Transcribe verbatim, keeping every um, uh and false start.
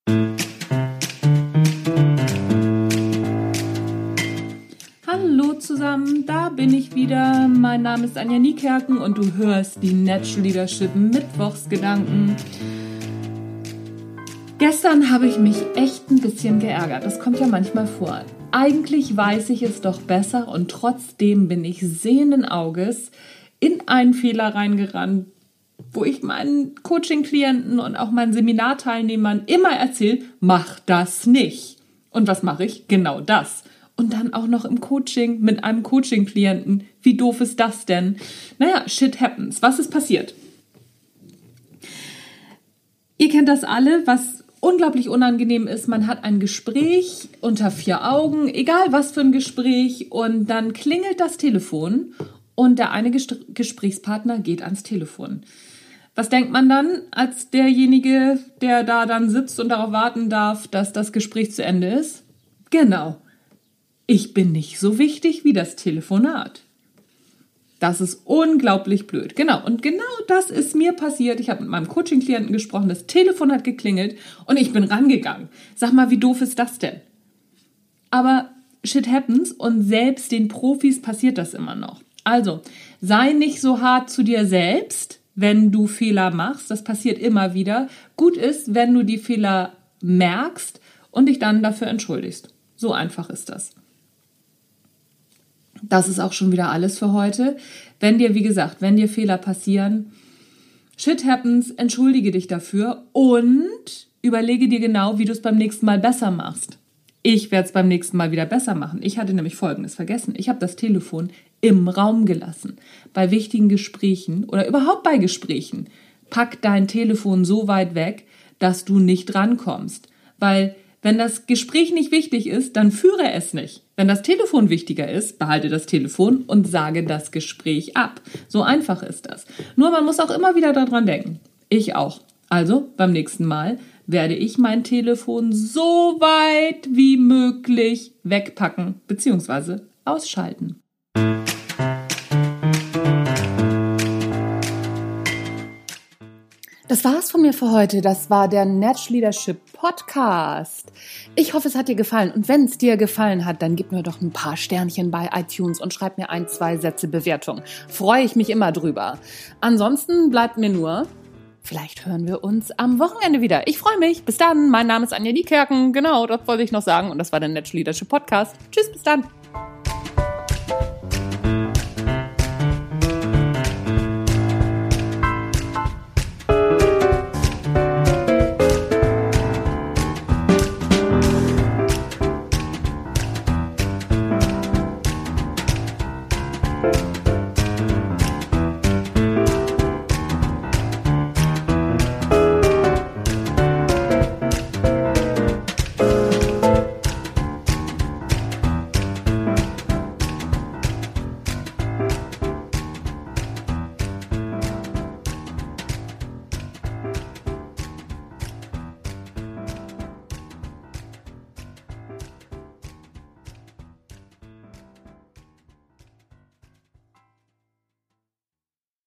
Hallo zusammen, da bin ich wieder. Mein Name ist Anja Niekerken und du hörst die Natural Leadership Mittwochsgedanken. Gestern habe ich mich echt ein bisschen geärgert. Das kommt ja manchmal vor. Eigentlich weiß ich es doch besser und trotzdem bin ich sehenden Auges in einen Fehler reingerannt, wo ich meinen Coaching-Klienten und auch meinen Seminarteilnehmern immer erzähle, mach das nicht. Und was mache ich? Genau das. Und dann auch noch im Coaching mit einem Coaching-Klienten. Wie doof ist das denn? Naja, shit happens. Was ist passiert? Ihr kennt das alle, was unglaublich unangenehm ist. Man hat ein Gespräch unter vier Augen, egal was für ein Gespräch, und dann klingelt das Telefon und der eine Gest- Gesprächspartner geht ans Telefon. Was denkt man dann als derjenige, der da dann sitzt und darauf warten darf, dass das Gespräch zu Ende ist? Genau. Ich bin nicht so wichtig wie das Telefonat. Das ist unglaublich blöd. Genau, und genau das ist mir passiert. Ich habe mit meinem Coaching-Klienten gesprochen, das Telefon hat geklingelt und ich bin rangegangen. Sag mal, wie doof ist das denn? Aber shit happens und selbst den Profis passiert das immer noch. Also, sei nicht so hart zu dir selbst, wenn du Fehler machst. Das passiert immer wieder. Gut ist, wenn du die Fehler merkst und dich dann dafür entschuldigst. So einfach ist das. Das ist auch schon wieder alles für heute. Wenn dir, wie gesagt, wenn dir Fehler passieren, shit happens, entschuldige dich dafür und überlege dir genau, wie du es beim nächsten Mal besser machst. Ich werde es beim nächsten Mal wieder besser machen. Ich hatte nämlich Folgendes vergessen. Ich habe das Telefon im Raum gelassen. Bei wichtigen Gesprächen oder überhaupt bei Gesprächen. Pack dein Telefon so weit weg, dass du nicht rankommst. Weil wenn das Gespräch nicht wichtig ist, dann führe es nicht. Wenn das Telefon wichtiger ist, behalte das Telefon und sage das Gespräch ab. So einfach ist das. Nur man muss auch immer wieder daran denken. Ich auch. Also beim nächsten Mal werde ich mein Telefon so weit wie möglich wegpacken bzw. ausschalten. Das war's von mir für heute. Das war der Natural Leadership Podcast. Ich hoffe, es hat dir gefallen. Und wenn es dir gefallen hat, dann gib mir doch ein paar Sternchen bei iTunes und schreib mir ein, zwei Sätze Bewertung. Freue ich mich immer drüber. Ansonsten bleibt mir nur, vielleicht hören wir uns am Wochenende wieder. Ich freue mich. Bis dann. Mein Name ist Anja Niekerken. Genau, das wollte ich noch sagen. Und das war der Natural Leadership Podcast. Tschüss, bis dann.